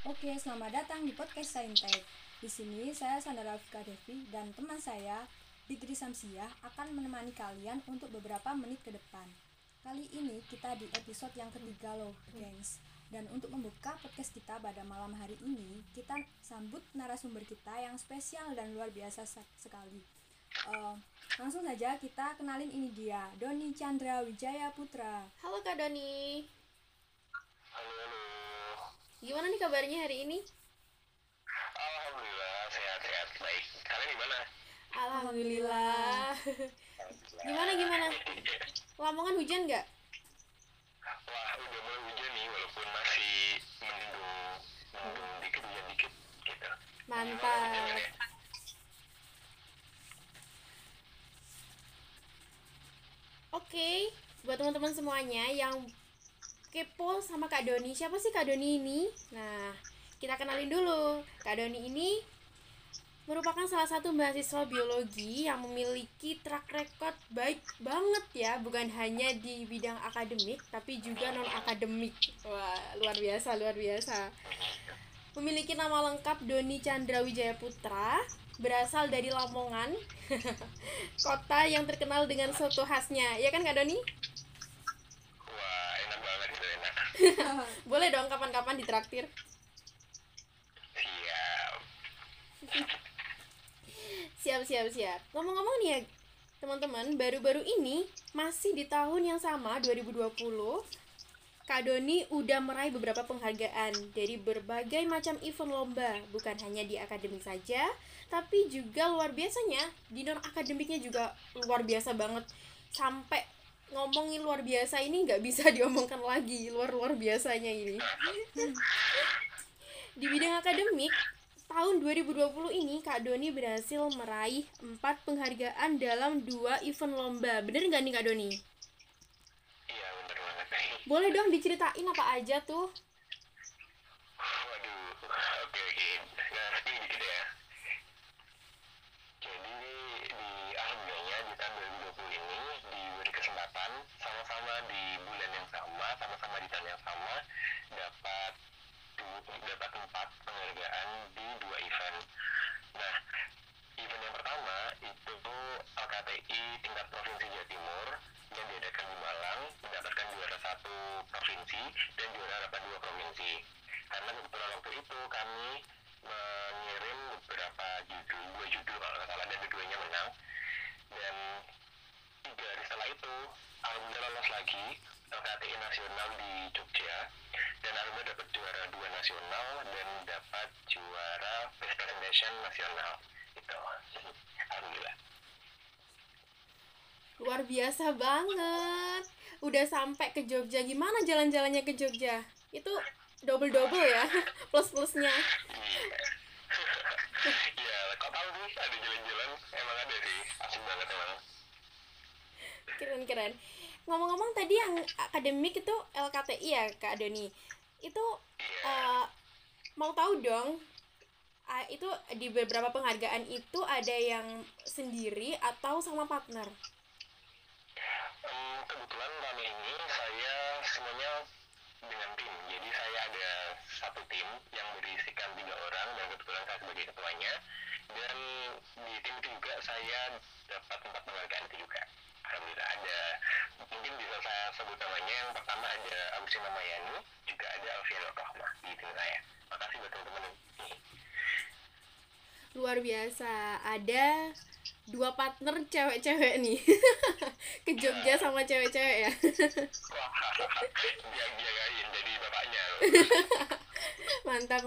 Oke, selamat datang di podcast Saintek. Di sini saya Sandra Alfika Devi dan teman saya Fitri Samsiah akan menemani kalian untuk beberapa menit ke depan. Kali ini kita di episode yang ketiga loh, gengs. Dan untuk membuka podcast kita pada malam hari ini, kita sambut narasumber kita yang spesial dan luar biasa sekali. Langsung saja kita kenalin, ini dia, Doni Chandra Wijaya Putra. Halo Kak Doni, Halo, halo. gimana nih kabarnya hari ini? Alhamdulillah sehat-sehat baik. Kalian gimana? Alhamdulillah. Gimana? Lamongan hujan nggak? Wah, udah mulai hujan nih walaupun masih mendung dikit, hujan dikit gitu. Gimana hujan Mantap. ya? Oke, buat teman-teman semuanya yang kepo sama Kak Doni, siapa sih Kak Doni ini? Nah, kita kenalin dulu. Kak Doni ini merupakan salah satu mahasiswa biologi yang memiliki track record baik banget ya, bukan hanya di bidang akademik tapi juga non akademik. Wah, luar biasa. Memiliki nama lengkap Doni Chandra Wijaya Putra, berasal dari Lamongan, kota yang terkenal dengan soto khasnya. Ya kan Kak Doni? Wah, enak banget itu, enak. Boleh dong kapan-kapan ditraktir. Siap. Siap. Ngomong-ngomong nih ya, teman-teman, baru-baru ini masih di tahun yang sama 2020, Kak Doni udah meraih beberapa penghargaan dari berbagai macam event lomba, bukan hanya di akademik saja, tapi juga luar biasanya di non akademiknya juga luar biasa banget. Sampai ngomongin luar biasa ini nggak bisa diomongkan lagi, luar biasanya ini. Di bidang akademik, tahun 2020 ini Kak Doni berhasil meraih 4 penghargaan dalam 2 event lomba. Bener nggak nih Kak Doni? Iya, bener banget. Boleh dong diceritain apa aja tuh? Waduh, oke. Nah, speaking dikit ya. Jadi di alhamdulillahnya di tahun 2020 ini diberi kesempatan sama-sama di bulan yang sama di tahun yang sama dapat dapat 4 penghargaan di 2 event. Nah, event yang pertama itu tuh LKTI tingkat provinsi Jawa Timur yang diadakan di Malang, mendapatkan juara 1 provinsi dan juara dapat 2 provinsi. Karena kebetulan waktu itu kami mengirim beberapa judul, 2 judul kalau nggak salah, dan dua-duanya menang. Dan 3 hari setelah itu alhamdulillah lolos lagi LKTI nasional di Jogja, dan alhamdulillah dapat juara 2 nasional dan dapat juara best presentation nasional itu. Alhamdulillah. Luar biasa banget. Udah sampai ke Jogja. Gimana jalan-jalannya ke Jogja? Itu double-double ya plus-plusnya. Iya, kok tahu sih ada jalan-jalan? Emang ada sih, asik banget emang. Keren. Ngomong-ngomong tadi yang akademik itu LKTI ya Kak Doni. Itu mau tahu dong, itu di beberapa penghargaan itu ada yang sendiri atau sama partner? Kebetulan kali ini saya semuanya dengan tim. Jadi saya ada satu tim yang berisikan 3 orang dan kebetulan saya sebagai ketuanya. Dan di tim itu juga saya dapat 4 penghargaan itu juga. Alhamdulillah ada, mungkin bisa saya sebut namanya. Yang pertama ada Agustina Mayani, juga ada Alfian Rahmah di tim saya. Makasih buat teman-teman ini. Luar biasa. Ada 2 partner cewek-cewek nih. Ke Jogja sama cewek-cewek ya. Wah, dia jagain jadi bapaknya. Mantap.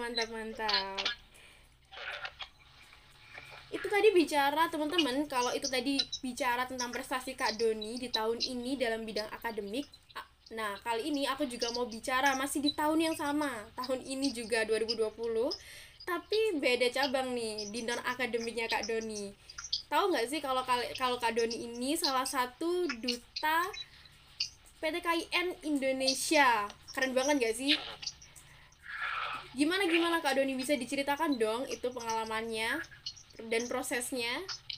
Itu tadi bicara teman-teman, kalau itu tadi bicara tentang prestasi Kak Doni di tahun ini dalam bidang akademik. Nah, kali ini aku juga mau bicara masih di tahun yang sama. Tahun ini juga 2020. Tapi beda cabang nih di non akademiknya Kak Doni. Tahu nggak sih kalau Kak Doni ini salah satu duta PT KIN Indonesia. Keren banget nggak sih? Gimana Kak Doni, bisa diceritakan dong itu pengalamannya dan prosesnya?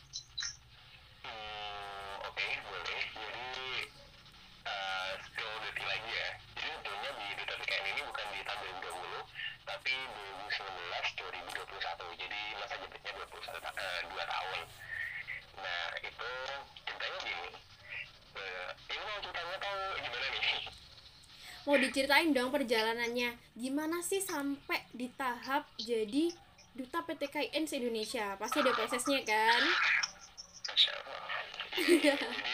Oke, boleh. Jadi spill detail lagi ya. Jadi sebetulnya di Duta PKN ini bukan di tahun 2020, tapi tapi 2019-2021, jadi masa jabatannya 2 tahun. Nah itu ceritanya gini, ini mau ceritanya tahu gimana nih? Mau diceritain dong perjalanannya, gimana sih sampai di tahap jadi duta PT KIN se-Indonesia? Pasti ada prosesnya kan? Masya Allah. Jadi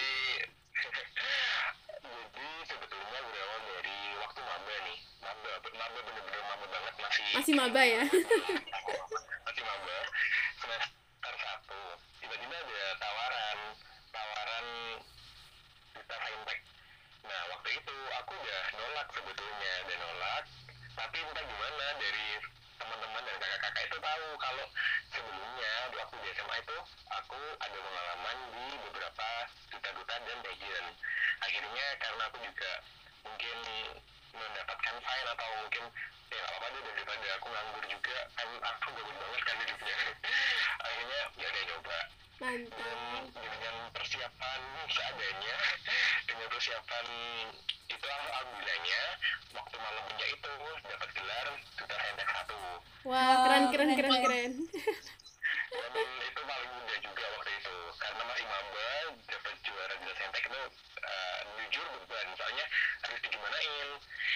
sebetulnya berawal dari waktu maba nih, maba bener-bener maba banget, Masih maba ya? masih maba semester 1. Tiba-tiba ada tawaran duta saintek. Nah waktu itu aku udah nolak sebetulnya, tapi entah gimana dari teman-teman dan kakak-kakak itu tahu kalau sebelumnya waktu di SMA itu aku ada pengalaman di beberapa duta-duta dan pageant. Akhirnya karena aku juga mungkin mendapatkan fine atau mungkin ya nggak apa-apa deh, daripada aku nganggur juga kan, aku gabut banget kan hidupnya. Akhirnya ya udah coba. Mantap. Dengan persiapan seadanya, dengan persiapan itu alhamdulillahnya waktu malam puncak itu dapat gelar duta saintek 1. Wah, keren. Dan itu paling mudah juga waktu itu karena masih maba, dapat juara duta saintek itu jujur beban, soalnya harus digimanain.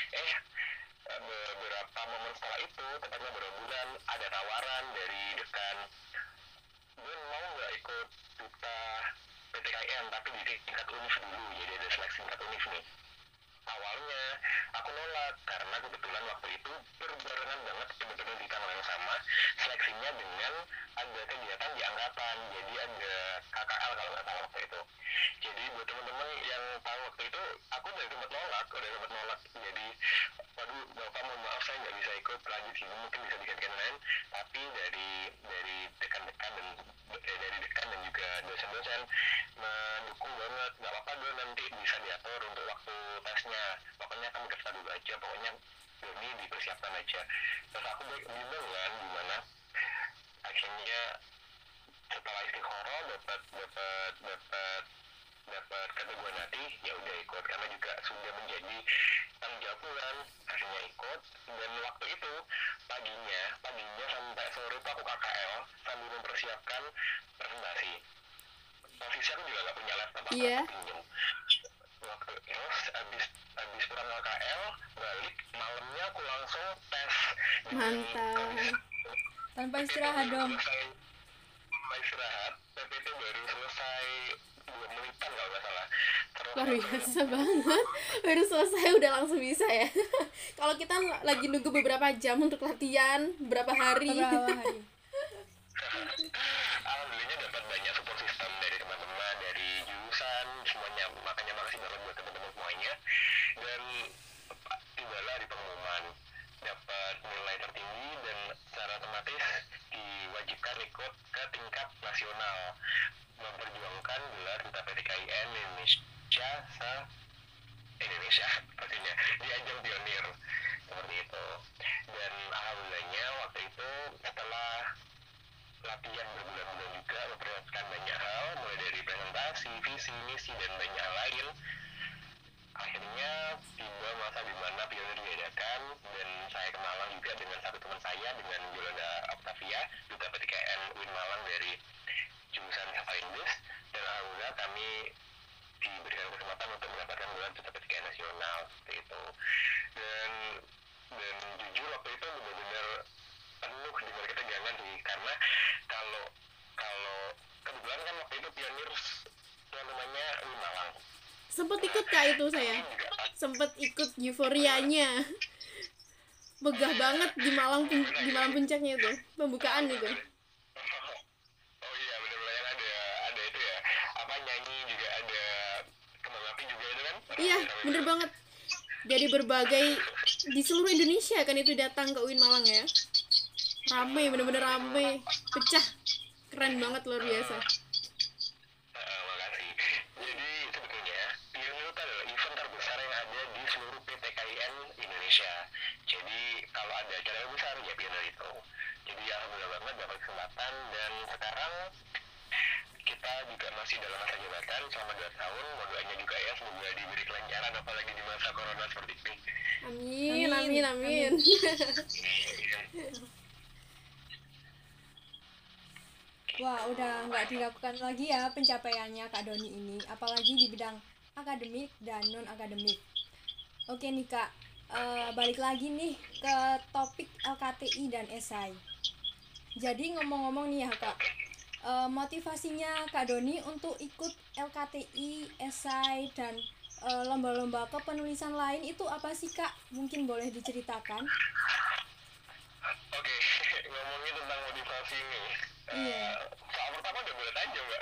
Beberapa momen setelah itu, tepatnya beberapa bulan, ada tawaran dari dekan, Bun mau nggak ikut duta PTKIN tapi di tingkat univ dulu, jadi ada seleksi tingkat univ nih. Awalnya aku nolak karena kebetulan waktu itu berbarengan banget benar-benar di tanggal yang sama seleksinya dengan ada kegiatan di angkatan, jadi ada KKL kalau nggak salah waktu itu. Jadi buat teman-teman yang tahu waktu itu aku udah sempat nolak, jadi waduh bapak mohon maaf saya nggak bisa ikut lanjut sini, mungkin bisa digantikan lain. Tapi dari dekan-dekan dan juga dosen-dosen mendukung banget, nggak apa-apa dulu nanti bisa diatur untuk waktu tesnya, pokoknya kamu daftar dulu aja, pokoknya Doni dipersiapkan aja. Terus aku bingung kan gimana, akhirnya setelah istiqoroh dapat keteguhan hati, ya udah ikut karena juga sudah menjadi tanggung jawab kan, akhirnya ikut. Dan waktu itu paginya sampai sore itu aku KKL sambil mempersiapkan presentasi. Posisi aku juga nggak punya laptop, aku pinjam. Waktu terus abis pulang KKL balik malamnya aku langsung tes. Mantap. Tanpa istirahat dong. Tanpa istirahat, PPT baru selesai 2 menitan kalau nggak salah. Luar biasa banget, baru selesai udah langsung bisa ya. Kalau kita lagi nunggu beberapa jam untuk latihan, berapa hari. Alhamdulillah dapat banyak support system dari teman-teman, dari jurusan semuanya, makanya makasih banget buat teman-teman semuanya. Dan tibalah di pengumuman dapat nilai tertinggi dan secara otomatis diwajibkan ikut ke tingkat nasional memperjuangkan gelar duta PTKIN Indonesia pastinya di ajang pionir seperti itu. Dan alhamdulillahnya waktu itu setelah latihan berbulan-bulan juga mempersiapkan banyak hal, mulai dari presentasi, visi, misi, dan banyak hal lain, akhirnya tiba masa di mana pionir diadakan. Dan saya kenalan juga dengan satu teman saya, dengan Yolanda Octavia, duta PTKN UIN Malang dari jurusan Saintis. Dan alhamdulillah kami diberikan kesempatan untuk mendapatkan gelar duta PTKN nasional seperti itu. Dan jujur waktu itu benar-benar penuh dengan ketegangan sih, karena kalau kebetulan kan waktu itu pionir yang namanya UIN Malang. Sempet ikut Kak itu saya. Sempet ikut euforianya. Begah banget di Malang puncaknya itu, pembukaan itu. Oh iya, benar-benar yang ada itu ya. Apa nyanyi juga ada, kembang api juga itu kan? Iya, bener banget. Dari berbagai di seluruh Indonesia kan itu datang ke UIN Malang ya. Rame, bener-bener rame, pecah. Keren banget, luar biasa. Makasih. Jadi sebetulnya pionir itu adalah event terbesar yang ada di seluruh PTKIN Indonesia. Jadi kalau ada acara yang besar ya pionir itu. Jadi alhamdulillah banget dapat kesempatan, dan sekarang kita juga masih dalam masa jabatan selama 2 tahun. Doanya juga ya semoga diberi kelancaran apalagi di masa corona seperti ini. Amin. Wah, udah nggak diragukan lagi ya pencapaiannya Kak Doni ini, apalagi di bidang akademik dan non-akademik. Oke nih Kak, balik lagi nih ke topik LKTI dan esai. Jadi ngomong-ngomong nih ya Kak, motivasinya Kak Doni untuk ikut LKTI, esai, dan lomba-lomba kepenulisan lain itu apa sih Kak? Mungkin boleh diceritakan? Oke, ngomongin tentang motivasi ini. Iya. Soal pertama udah boleh tanya, Mbak.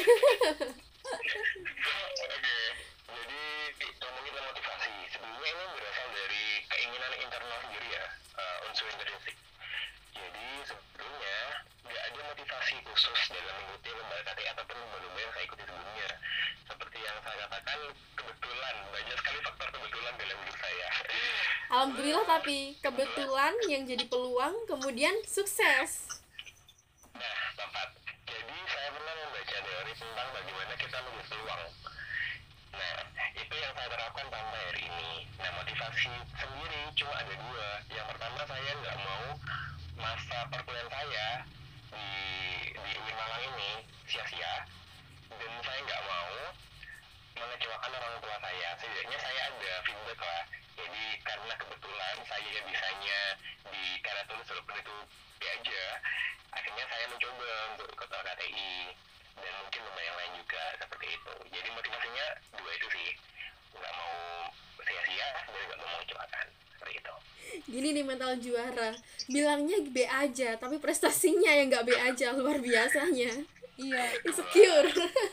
Oke, jadi ngomongin tentang motivasi. Sebelumnya ini berasal dari keinginan internal sendiri ya, unsur intrinsik. Jadi sebetulnya nggak ada motivasi khusus dalam mengikuti lomba LKTI ataupun lomba-lomba yang saya ikuti sebelumnya. Seperti yang saya katakan, kebetulan, banyak sekali faktor kebetulan dalam hidup saya. Alhamdulillah, tapi kebetulan yang jadi peluang kemudian sukses. Nah, tepat. Jadi saya pernah membaca teori tentang bagaimana kita membuat peluang. Nah, itu yang saya terapkan sampai hari ini. Nah, motivasi sendiri cuma ada dua. Yang pertama, saya nggak mau masa perkuliahan saya di UIN Malang ini sia-sia. Dan saya nggak mau mengecewakan orang tua saya. Setidaknya saya ada feedback lah. Jadi karena kebetulan saya bisanya di karya tulis walaupun itu B aja, akhirnya saya mencoba untuk ikut LKTI dan mungkin lomba yang lain juga seperti itu. Jadi motivasinya dua itu sih, nggak mau sia-sia dan nggak mau mengecewakan seperti itu. Gini nih mental juara, bilangnya B aja tapi prestasinya yang nggak B aja, luar biasanya. Iya. Insecure.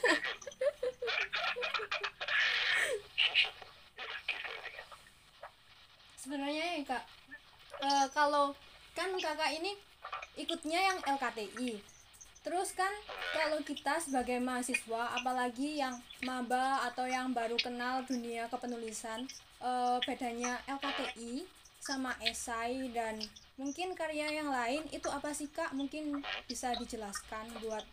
Sebenarnya ya Kak, kalau kan kakak ini ikutnya yang LKTI, terus kan kalau kita sebagai mahasiswa apalagi yang maba atau yang baru kenal dunia kepenulisan, bedanya LKTI sama esai dan mungkin karya yang lain itu apa sih Kak? Mungkin bisa dijelaskan buat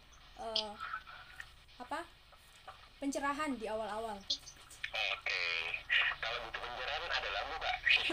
pencerahan di awal-awal. Oke, kalau butuh pencerahan ada lampu Kak.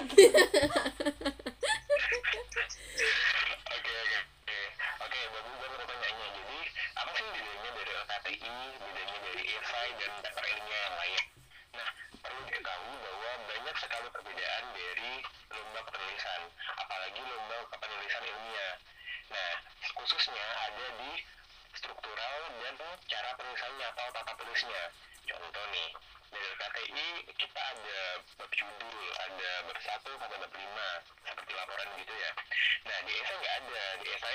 Oke, bagus banget pertanyaannya. Jadi, apa sih bedanya dari LKTI, bedanya dari esai dan paper ilmiah yang lain? Nah, perlu diketahui bahwa banyak sekali perbedaan dari lomba kepenulisan, apalagi lomba kepenulisan ilmiah. Nah, khususnya ada di struktural dan cara penulisannya atau tata tulisnya. Contoh nih, dari LKTI kita ada bab judul, ada bab 1 sampai bab 5, seperti laporan gitu ya. Nah, di esai nggak ada. Di esai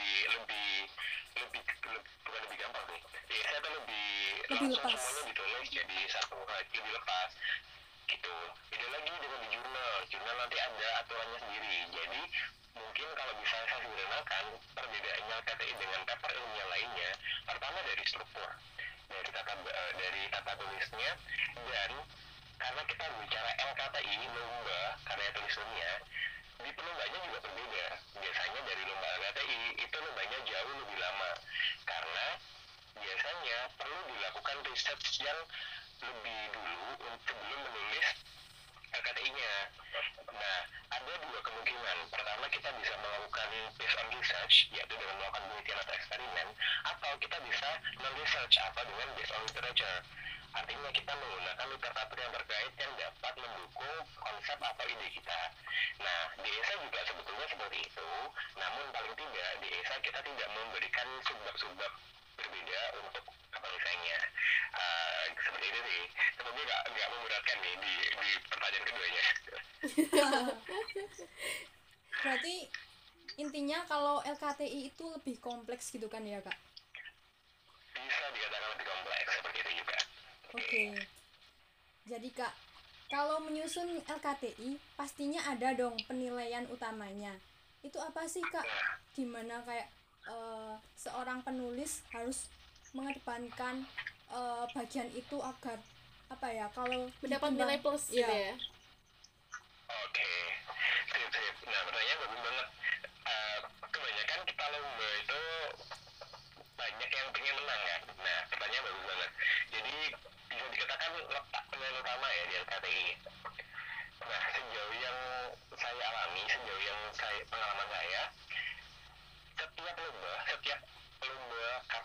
bukan lebih gampang sih. Di esai itu lebih langsung lepas. semuanya ditulis jadi satu lebih lepas gitu. Beda lagi dengan di jurnal. Jurnal nanti ada aturannya sendiri. Jadi mungkin kalau bisa saya sederhanakan perbedaannya LKTI dengan paper ilmiah lainnya, pertama dari struktur, dari tata tulisnya, dan karena kita bicara LKTI lomba karya tulis ilmiah, di pelombanya juga berbeda. Biasanya dari lomba LKTI itu lombanya jauh lebih lama karena biasanya perlu dilakukan research yang lebih dulu sebelum menulis LKTI-nya. Nah, ada dua kemungkinan. Pertama, kita bisa melakukan based on research, yaitu dengan melakukan penelitian atau eksperimen, atau kita bisa non-research atau dengan based on literature. Artinya kita menggunakan literatur yang terkait yang dapat mendukung konsep atau ide kita. Nah, di ESA juga sebetulnya seperti itu, namun paling tidak di ESA kita tidak memberikan subbab-subbab berbeda untuk kepenulisannya. Seperti itu sih. Sebenarnya nggak memberatkan nih di pertanyaan keduanya. Berarti intinya kalau LKTI itu lebih kompleks gitu kan ya Kak? Bisa dikatakan lebih kompleks seperti itu juga. Oke. Jadi Kak, kalau menyusun LKTI pastinya ada dong penilaian utamanya. Itu apa sih Kak? Gimana kayak seorang penulis harus mengedepankan bagian itu agar apa ya, kalau Mendapat nilai plus ya. gitu ya. Oke, sip. Nah, pertanyaan bagus banget. Kebanyakan kita lomba itu banyak yang pengen menang kan. Nah, pertanyaan bagus banget. Jadi bisa dikatakan letak penilaian utama ya di LKTI. Nah, sejauh yang saya alami, sejauh yang pengalaman saya, setiap lomba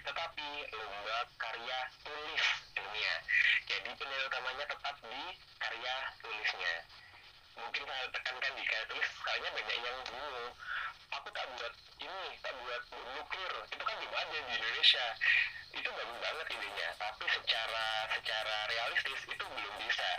tetapi lomba karya tulis ilmiah. Jadi penilaian utamanya tetap di karya tulisnya. Mungkin saya tekankan di karya tulis, soalnya banyak yang bingung. Aku tak buat ini, tak buat nuklir, itu kan belum ada di Indonesia. Itu bagus banget idenya, tapi secara realistis itu belum bisa,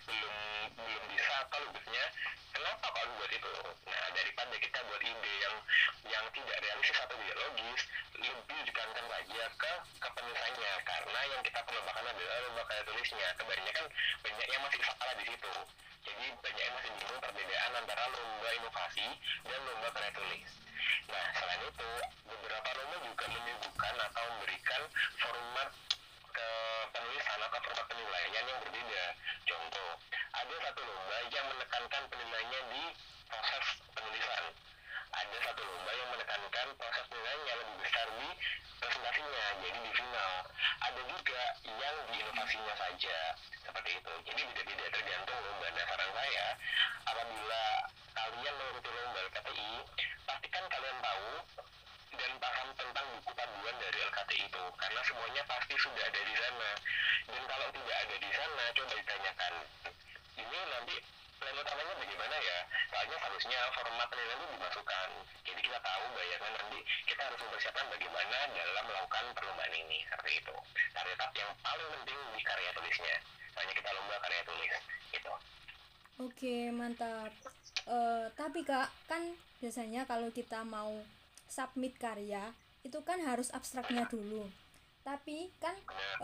belum bisa apa luputnya. Kenapa kok buat itu? Nah, daripada kita buat ide yang tidak realistis atau tidak logis, lebih ditekankan saja ke penulisannya, karena yang kita perlombakan adalah lomba karya tulisnya. Kebanyakan banyak yang masih salah di situ. Jadi banyak yang masih bingung perbedaan antara lomba inovasi dan lomba karya tulis. Nah, selain itu, beberapa lomba juga menyuguhkan atau memberikan format ke penulisan atau format penilaian yang berbeda. Contoh, ada satu lomba yang menekankan penilaiannya di proses penulisan. Ada satu lomba yang menekankan proses penilaian yang lebih besar di presentasinya, jadi di final. Ada juga yang di inovasinya saja, seperti itu. Jadi beda-beda tergantung lomba. Nah, saran saya, apabila kalian mengikuti lomba LKTI, pastikan kalian tahu dan paham tentang buku panduan dari LKTI itu, karena semuanya pasti sudah ada di sana. Dan kalau tidak ada di sana, coba ditanyakan, ini nanti plan utamanya bagaimana ya? Soalnya harusnya format penilaian itu dimasukkan. Jadi kita tahu bayangan nanti kita harus mempersiapkan bagaimana dalam melakukan perlombaan ini, seperti itu. Karya tahap yang paling penting di karya tulisnya. Soalnya kita lomba karya tulis, gitu. Oke, mantap. Tapi Kak, kan biasanya kalau kita mau submit karya, itu kan harus abstraknya dulu. Tapi kan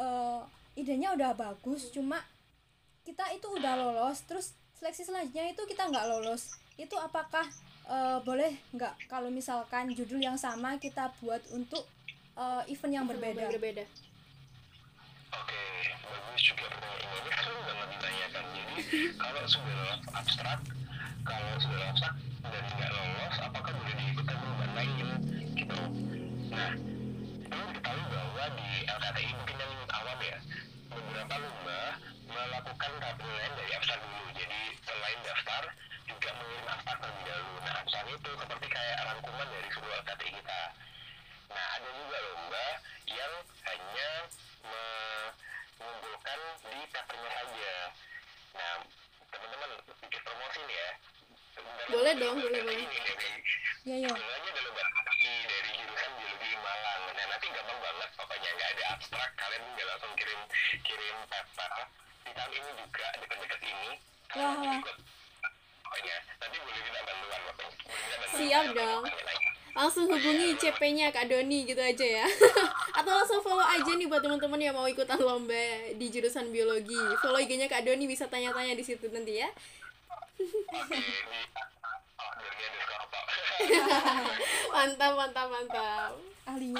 idenya udah bagus, cuma kita itu udah lolos, terus seleksi selanjutnya itu kita nggak lolos. Itu apakah boleh nggak kalau misalkan judul yang sama kita buat untuk event yang berbeda? Oke, bagus juga pertanyaan ini. Sering banget ditanyakan. Jadi kalau sudah lolos abstrak dan nggak lolos, apakah boleh diikuti perlombaan lain? Gitu. Nah, perlu diketahui bahwa di LKTI mungkin yang awam ya, beberapa lomba melakukan tahap penilaian dari abstrak dulu. Jadi selain daftar, juga mengirim abstrak terlebih dahulu. Nah, abstrak itu seperti kayak rangkuman dari seluruh LKTI kita. Nah, ada juga lomba yang hanya mengumpulkan di papernya saja. Nah, teman-teman bikin promosi nih ya. Boleh dong, boleh. Ya. Sebenarnya ada lomba dari jurusan biologi Malang. Nah, nanti gampang banget, pokoknya nggak ada abstrak, kalian tinggal langsung kirim paper. Di tahun ini juga dekat-dekat ini. Wah. Pokoknya nanti boleh minta bantuan, Siap dong. Langsung hubungi CP-nya Kak Doni gitu aja ya. Atau langsung follow aja nih buat teman-teman yang mau ikutan lomba di jurusan biologi. Follow IG-nya Kak Doni, bisa tanya-tanya di situ nanti ya. Oke, Mantap. Oke, Ahlinya.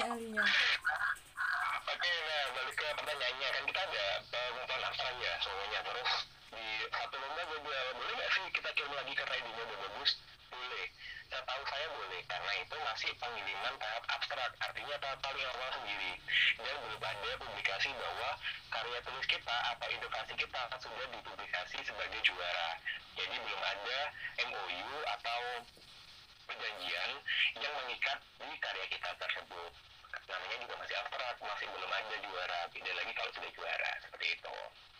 nah balik ke pertanyaannya, kan kita ada pengumpulan abstrak ya semuanya. Terus di satu lomba juga boleh nggak sih kita kirim lagi karena idenya udah bagus? Boleh. Setahu saya boleh, karena itu masih pengiriman tahap abstrak, artinya tahap paling awal sendiri. Dan belum ada publikasi bahwa karya tulis kita atau inovasi kita sudah dipublikasi sebagai juara. Jadi belum ada MOU atau perjanjian yang mengikat di karya kita tersebut. Namanya juga masih abstrak, masih belum ada juara. Beda lagi kalau sudah juara, seperti itu.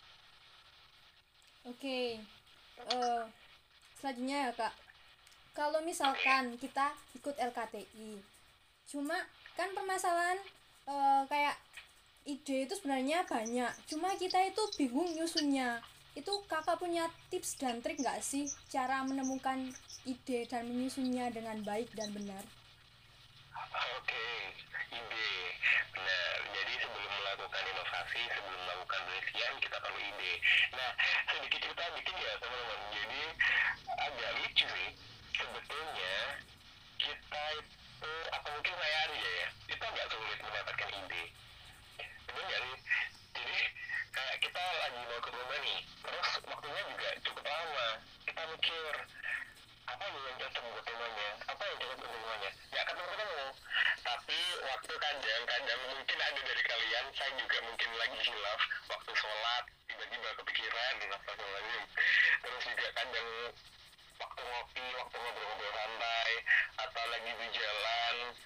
Oke. Selanjutnya ya Kak, kalau misalkan kita ikut LKTI, cuma kan permasalahan kayak ide itu sebenarnya banyak, cuma kita itu bingung nyusunnya. Itu kakak punya tips dan trik nggak sih cara menemukan ide dan menyusunnya dengan baik dan benar? Oke, ide. Benar. Jadi sebelum melakukan inovasi, sebelum melakukan penelitian, kita perlu ide. Nah, sedikit cerita dikit ya teman-teman. Jadi agak lucu sih. Sebetulnya kita itu, atau mungkin saya aja ya, itu agak sulit mendapatkan ide. Benar nggak sih? Jadi kayak kita lagi mau ke rumah nih, terus waktunya juga cukup lama. Kita mikir, apa yang cocok buat rumahnya, apa yang cocok buat rumahnya, nggak ketemu. Tapi waktu kadang mungkin ada dari kalian, saya juga mungkin lagi hilaf waktu sholat tiba-tiba kepikiran astagfirullahaladzim. Terus juga kadang waktu ngopi, waktu ngobrol-ngobrol santai, atau lagi di jalan, atau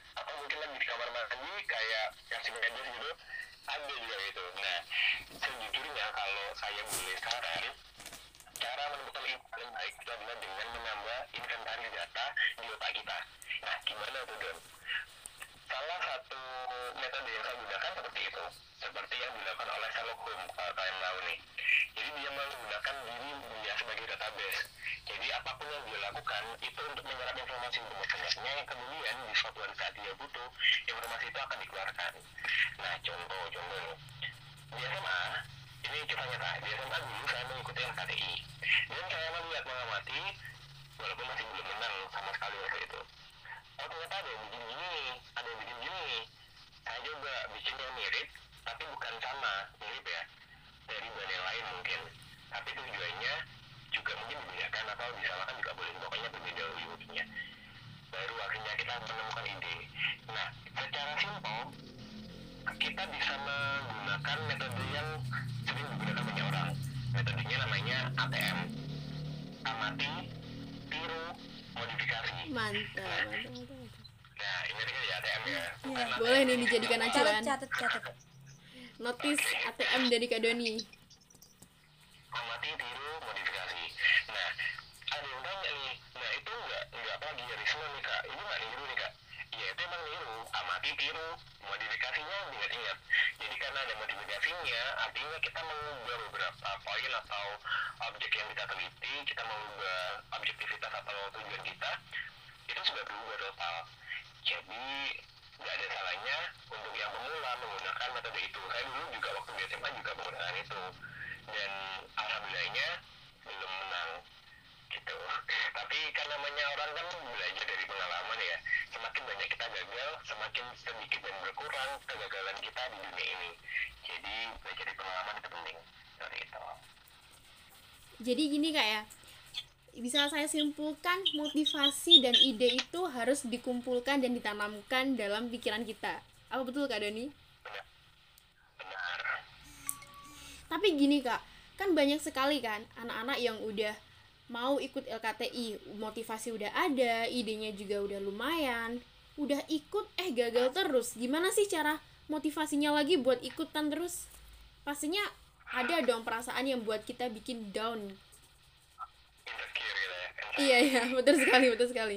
mungkin lagi di kamar mandi kayak kasih meja gitu, ada juga itu. Nah, sejujurnya kalau saya boleh saran, cara menemukan yang paling baik itu adalah dengan menambah inventaris data di otak kita. Nah, gimana tuh Don? Salah satu metode yang saya gunakan seperti itu, seperti yang dilakukan oleh Sherlock Holmes, kalau kalian tahu nih. Jadi dia menggunakan diri dia sebagai database. Jadi apapun yang dia lakukan itu untuk menyerap informasi sebanyak-banyaknya yang kemudian di suatu hari saat dia butuh, informasi itu akan dikeluarkan. Nah, contoh nih. Di SMA, ini kisah nyata, di SMA dulu saya mengikuti LKTI. Dan saya melihat mengamati, walaupun masih belum menang sama sekali waktu itu. Oh ternyata ada yang bikin gini, ada yang bikin gini. Saya coba bikin yang mirip, tapi bukan sama, mirip ya, dari bahan yang lain mungkin. Tapi tujuannya juga mungkin dibedakan atau disamakan juga boleh, pokoknya berbeda ujung-ujungnya. Baru akhirnya kita menemukan ide. Nah, secara simpel, kita bisa menggunakan metode yang sering digunakan banyak orang. Metodenya namanya ATM. Amati, tiru, modifikasi. Mantap. Nah, ini kan ya ATM ya. Bukan Iya. Boleh nih dijadikan acuan. Catat. Notis ATM dari Kak Doni. amati, tiru, modifikasi. Nah, ada yang tanya nih, nah itu nggak plagiarisme nih kak, itu nggak niru nih kak? Iya itu emang niru, amati, tiru, modifikasinya ingat-ingat. Jadi karena ada modifikasinya, artinya kita mengubah beberapa poin atau objek yang kita teliti, kita mengubah objektivitas atau tujuan kita, itu sudah berubah total. Jadi nggak ada salahnya untuk yang pemula menggunakan metode itu. Saya dulu juga waktu di SMA juga menggunakan itu, dan alhamdulillahnya belum menang gitu. Tapi kan namanya orang kan belajar dari pengalaman ya, semakin banyak kita gagal, semakin sedikit dan berkurang kegagalan kita di dunia ini. Jadi belajar dari pengalaman itu penting, seperti itu. Jadi gini Kak ya, bisa saya simpulkan motivasi dan ide itu harus dikumpulkan dan ditanamkan dalam pikiran kita. Apa betul Kak Doni? Benar. Tapi gini Kak, kan banyak sekali kan anak-anak yang udah mau ikut LKTI, motivasi udah ada, idenya juga udah lumayan, udah ikut gagal terus. Gimana sih cara motivasinya lagi buat ikutan terus? Pastinya ada dong perasaan yang buat kita bikin down. Insecure gitu ya. Iya, betul sekali.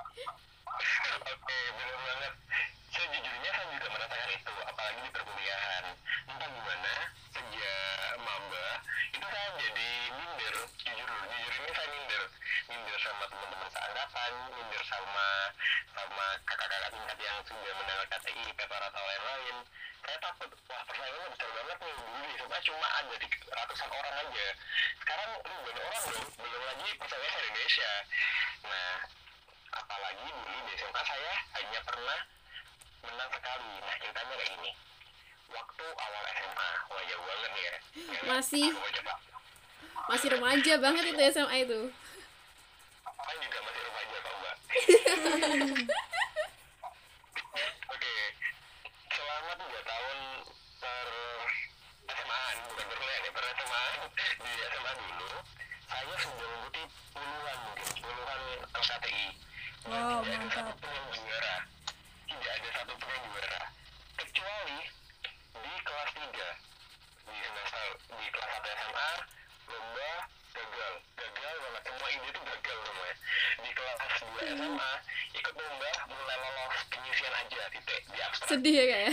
Oke, benar banget. Sejujurnya saya juga merasakan itu, apalagi di perkuliahan. Entah gimana, sejak maba, itu saya jadi minder. Jujur ini saya minder. Minder sama teman-teman seangkatan, minder sama kakak-kakak tingkat yang sudah menang KTI, PEPAR atau lain-lain. Saya takut, wah persaingannya besar banget nih. Dulu di SMA cuma ada di ratusan orang aja. Sekarang ribuan orang dong, belum lagi persaingan Indonesia. Nah, apalagi dulu di SMA saya hanya pernah menang sekali. Nah ceritanya kayak gini, waktu awal SMA, wah jauh banget nih ya. Masih remaja banget itu SMA itu. Kan juga masih remaja kok mbak. Oke, selama 3 tahun per SMA-an, bukan perkuliahan ya, per SMA-an di SMA dulu, saya sudah mengikuti puluhan LKTI. Wow, Tidak ada mantap. satupun yang juara. Tidak ada satupun yang juara. Kecuali di kelas 3. Di kelas 1 SMA, lomba gagal banget. Semua ide itu gagal semuanya. Di kelas 2 SMA, ikut lomba mulai lolos penyisian aja, titik, di abstrak. Sedih ya Kak ya.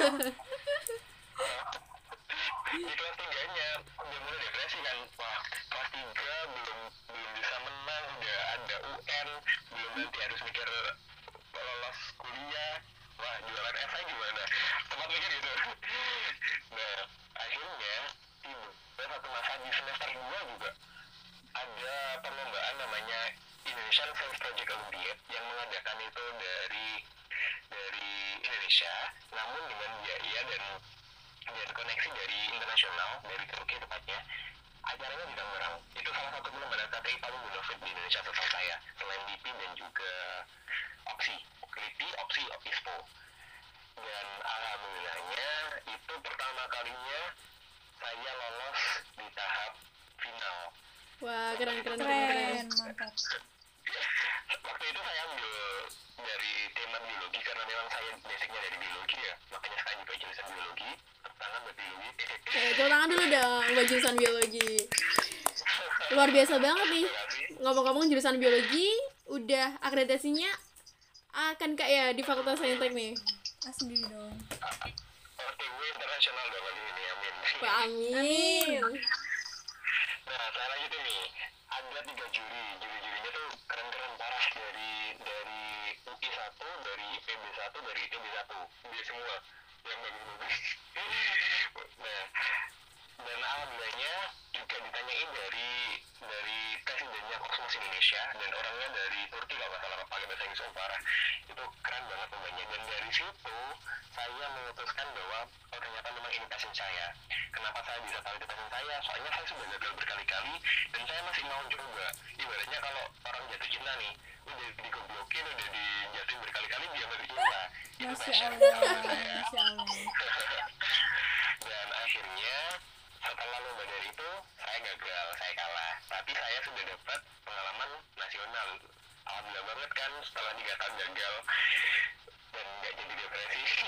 Di kelas 3-nya udah mulai depresi kan, wah kelas 3 belum bisa menang, udah ada UN, belum nanti harus mikir lolos kuliah, wah jualan esai gimana, sempat mikir gitu. Nah akhirnya tiba satu masa di semester 2 juga ada perlombaan namanya Indonesian Science Project Olympiad yang mengadakan itu dari Indonesia, namun dengan biaya dan koneksi dari internasional, dari Turki tepatnya. Acaranya di Tangerang. Itu salah satu perlombaan KTI paling benefit di Indonesia setahu saya, selain LIPI dan juga OPSI, ISPO. Dan alhamdulillahnya itu pertama kalinya saya lolos di tahap final. Wah, keren. Keren, mantap. waktu itu saya ambil dari tema biologi karena memang saya basicnya dari biologi ya, makanya saya juga jurusan biologi. Tepuk tangan buat biologi. Tepuk tangan dulu dong buat jurusan biologi. Luar biasa banget nih. Ngomong-ngomong jurusan biologi, udah akreditasinya akan kayak di Fakultas Saintek nih. Sendiri dong. OTW internasional dong kali ini, amin. Wah, amin. Nah, saya lanjutin nih. Ada 3 juri. Juri-jurinya tuh keren-keren parah dari UI 1, dari IPB 1, dari ITB 1. Dia semua yang bagus-bagus. Nah, dan alhamdulillahnya juga ditanyain dari presidennya Kosmos Indonesia dan orangnya dari Turki kalau nggak salah, pakai bahasa Inggris parah. Itu keren banget lombanya, dan dari situ saya memutuskan bahwa oh ternyata memang ini passion saya. Kenapa saya bisa tahu itu passion saya? Soalnya saya sudah gagal berkali-kali dan saya masih mau coba. Ibaratnya kalau orang jatuh cinta nih, udah digoblokin, udah dijatuhin berkali-kali, dia masih cinta. Itu Masya passion Allah, saya. Masya Allah. Dan akhirnya setelah lomba dari itu saya gagal, saya kalah. Tapi saya sudah dapat pengalaman nasional. Alhamdulillah banget kan setelah 3 tahun gagal dan nggak jadi depresi.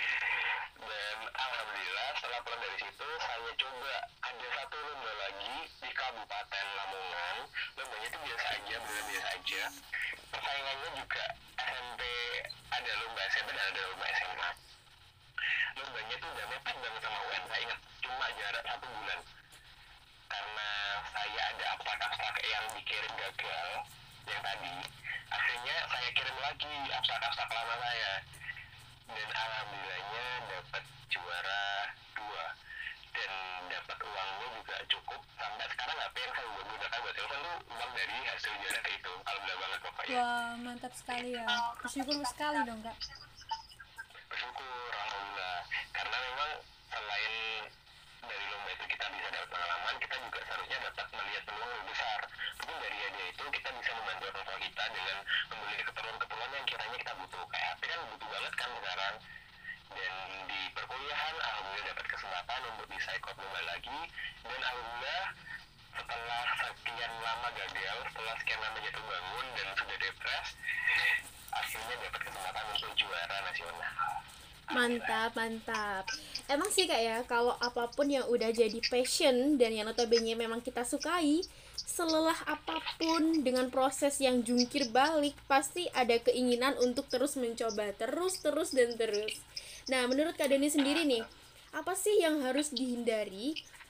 Dan alhamdulillah setelah pulang dari situ saya coba ada satu lomba lagi di Kabupaten Lamongan. Lombanya itu biasa aja, benar biasa aja. Persaingannya juga SMP, ada lomba SMP dan ada lomba SMA. Lombanya tuh udah mepet banget sama UN, saya ingat cuma jarak 1 bulan. Karena saya ada abstrak-abstrak yang dikirim gagal yang tadi, akhirnya saya kirim lagi abstrak-abstrak lama saya, dan alhamdulillahnya dapat juara 2 dan dapat uangnya juga cukup. Sampai sekarang HP yang saya gunakan buat telepon tuh uang dari hasil juara itu. Alhamdulillah banget pokoknya. Wah, mantap sekali ya. Bersyukur sekali dong, Kak. Bersyukur, alhamdulillah. Karena memang selain dari lomba itu kita bisa dapat pengalaman, kita juga seharusnya dapat melihat peluang lebih besar. Mungkin dari hadiah itu kita bisa membantu orang tua kita dengan membeli keperluan-keperluan yang kiranya kita butuh. Kayak HP kan butuh banget kan sekarang. Dan di perkuliahan alhamdulillah dapat kesempatan untuk bisa ikut lomba lagi, dan alhamdulillah setelah sekian lama gagal, setelah sekian lama jatuh bangun dan sudah depres, akhirnya dapat kesempatan untuk juara nasional. Mantap, mantap. Emang sih Kak ya, kalau apapun yang udah jadi passion dan yang notabene memang kita sukai, selelah apapun dengan proses yang jungkir balik, pasti ada keinginan untuk terus mencoba, terus dan terus. Nah, menurut Kak Doni sendiri nih, apa sih yang harus dihindari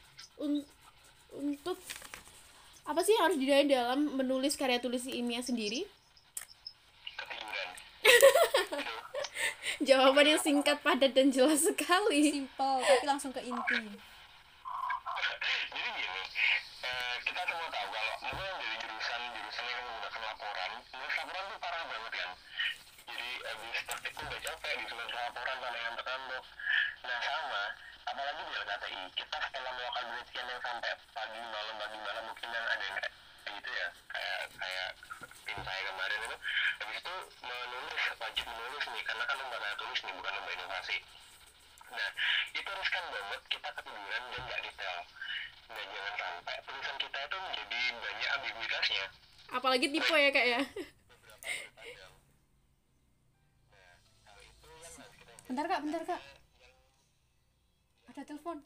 untuk apa sih yang harus dihindari dalam menulis karya tulis ilmiah sendiri? Ketiduran. Jawaban yang singkat, padat, dan jelas sekali. Simple, tapi langsung ke inti. Jadi gini, kita semua tahu kalau mungkin dari jurusan yang menggunakan laporan, nulis laporan tuh parah banget kan. Jadi habis praktik tuh udah capek, ditulis laporan sama yang tertentu. Nah sama, apalagi di LKTI, kita setelah melakukan penelitian yang sampai pagi malam mungkin yang ada yang kayak gitu ya, kayak tim saya kemarin itu, habis itu menulis, wajib menulis nih, karena kan lembaga tulis nih, bukan lomba inovasi. Nah, itu riskan banget kita ketiduran dan nggak detail. Nah, jangan sampai tulisan kita itu menjadi banyak ambiguitasnya. Apalagi tipe ya Kak ya. Bentar Kak. Ada telepon.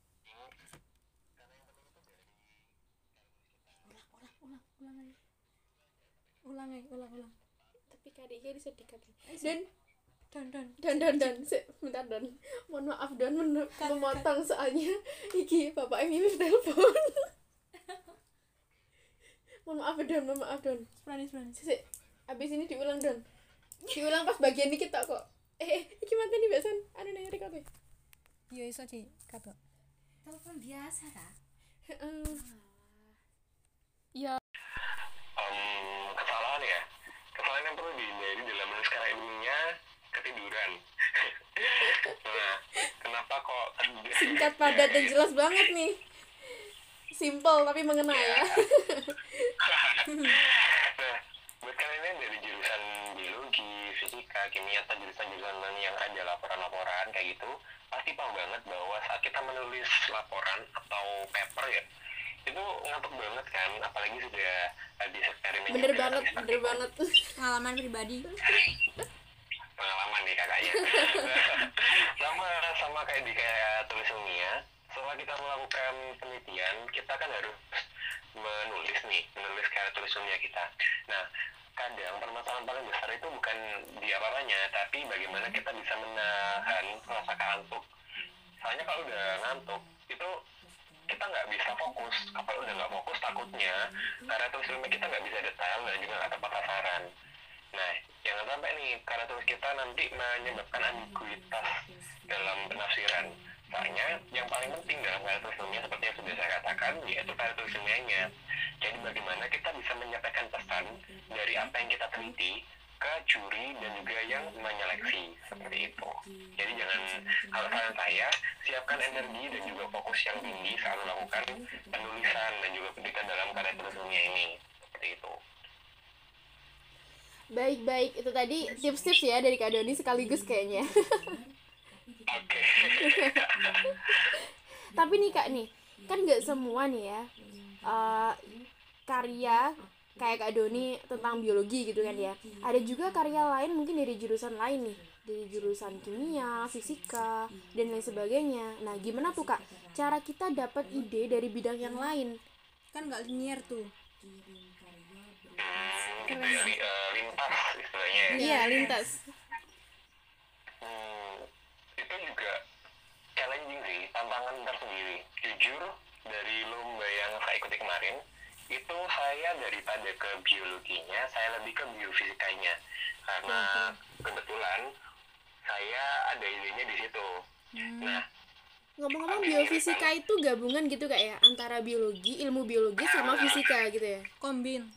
Ulang. Tapi Kak Dika disedih Kak. Dan bentar Don. Mohon maaf Don memotong soalnya iki Bapak Emil telepon. Mohon maaf Don. Seprani. Sik, abis ini diulang Don. Diulang pas bagian ini kita kok. Iki mantan nih biasan anu nang record. Iya iso Ci, kato. Telepon biasa ta? Ya. Kesalahan yang perlu dihindari dalam menulis karya ilmiahnya ketiduran. Nah, kenapa kok Singkat, padat, dan jelas banget nih. Simple tapi mengena ya. Nah, buat kalian yang dari jurusan biologi, fisika, kimia, atau jurusan-jurusan yang ada laporan-laporan kayak gitu, pasti paham banget bahwa saat kita menulis laporan atau paper ya, itu ngantuk banget kan, apalagi sudah habis eksperimen Bener juga, banget, habis bener praktikum. banget. Pengalaman pribadi. Pengalaman nih kakaknya. sama kayak di kayak tulis ilmiah, setelah kita melakukan penelitian kita kan harus menulis kayak tulis ilmiah kita. Nah, kadang permasalahan paling besar itu bukan di apa-apanya, tapi bagaimana kita bisa menahan rasa kantuk. Soalnya kalau udah ngantuk itu kita nggak bisa fokus. Kalau udah nggak fokus, takutnya karena tulis ilmiah kita nggak bisa detail dan juga nggak tepat sasaran. Nah, jangan sampai nih karena tulis kita nanti menyebabkan ambiguitas dalam penafsiran. Soalnya yang paling penting dalam karya tulis ilmiah seperti yang sudah saya katakan, yaitu karya tulis ilmiahnya. Jadi bagaimana kita bisa menyampaikan pesan dari apa yang kita teliti ke juri dan juga yang menyeleksi, seperti itu. Jadi jangan, kalau saran saya, siapkan energi dan juga fokus yang tinggi saat melakukan penulisan dan juga pendidikan dalam karya tulis ilmiah ini, seperti itu. Baik, itu tadi tips-tips ya dari Kak Doni sekaligus kayaknya. Oke. Tapi nih Kak nih, kan nggak semua nih ya karya kayak Kak Doni tentang biologi gitu kan ya. Ada juga karya lain mungkin dari jurusan lain nih, dari jurusan kimia, fisika, dan lain sebagainya. Nah, gimana tuh Kak cara kita dapat ide dari bidang yang lain? Kan nggak linear tuh. Gitu ya, lintas istilahnya ya. Iya, lintas. Itu juga challenging sih, tantangan tersendiri. Jujur, dari lomba yang saya ikuti kemarin, itu saya daripada ke biologinya, saya lebih ke biofisikanya. Karena kebetulan saya ada idenya di situ. Nah, Ngomong-ngomong biofisika itu gabungan gitu Kak ya, antara biologi, ilmu biologi sama fisika gitu ya. Combine.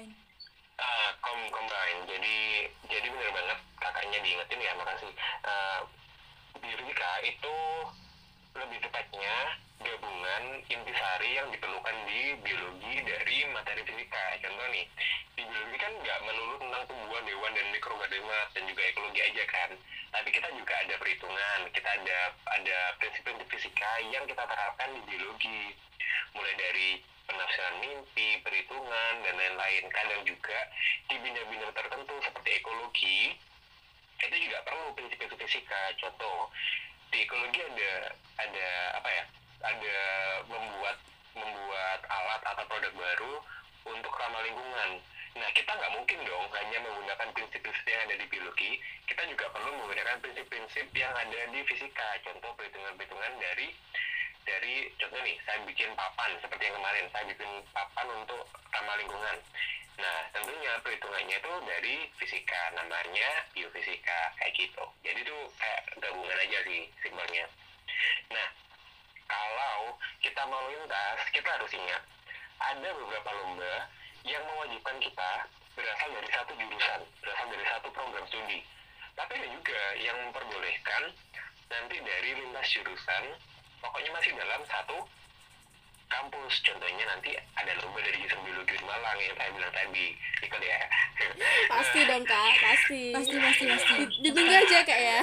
combine. Jadi benar banget kakaknya diingetin ya, makasih. Biofisika itu lebih tepatnya gabungan intisari yang diperlukan di biologi dari materi fisika. Contoh nih, di biologi kan nggak melulu tentang tumbuhan, hewan, dan mikroorganisme dan juga ekologi aja kan. Tapi kita juga ada perhitungan, kita ada prinsip-prinsip fisika yang kita terapkan di biologi. Mulai dari penafsiran mimpi, perhitungan, dan lain-lain. Kadang juga di bidang-bidang tertentu seperti ekologi, itu juga perlu prinsip-prinsip fisika. Contoh, di ekologi ada apa ya? Ada membuat alat atau produk baru untuk ramah lingkungan. Nah, kita nggak mungkin dong hanya menggunakan prinsip-prinsip yang ada di biologi, kita juga perlu menggunakan prinsip-prinsip yang ada di fisika. Contoh perhitungan-perhitungan dari contoh nih, saya bikin papan seperti yang kemarin, saya bikin papan untuk ramah lingkungan. Nah, tentunya perhitungannya itu dari fisika, namanya biofisika, kayak gitu. Jadi itu kayak gabungan aja sih simpelnya. Nah, kalau kita mau lintas, kita harus ingat ada beberapa lomba yang mewajibkan kita berasal dari satu jurusan, berasal dari satu program studi. Tapi ada juga yang memperbolehkan nanti dari lintas jurusan, pokoknya masih dalam satu kampus. Contohnya nanti ada lomba dari jurusan biologi di Malang yang saya bilang tadi, ikut ya. Pasti dong Kak, pasti. Ditunggu aja Kak ya.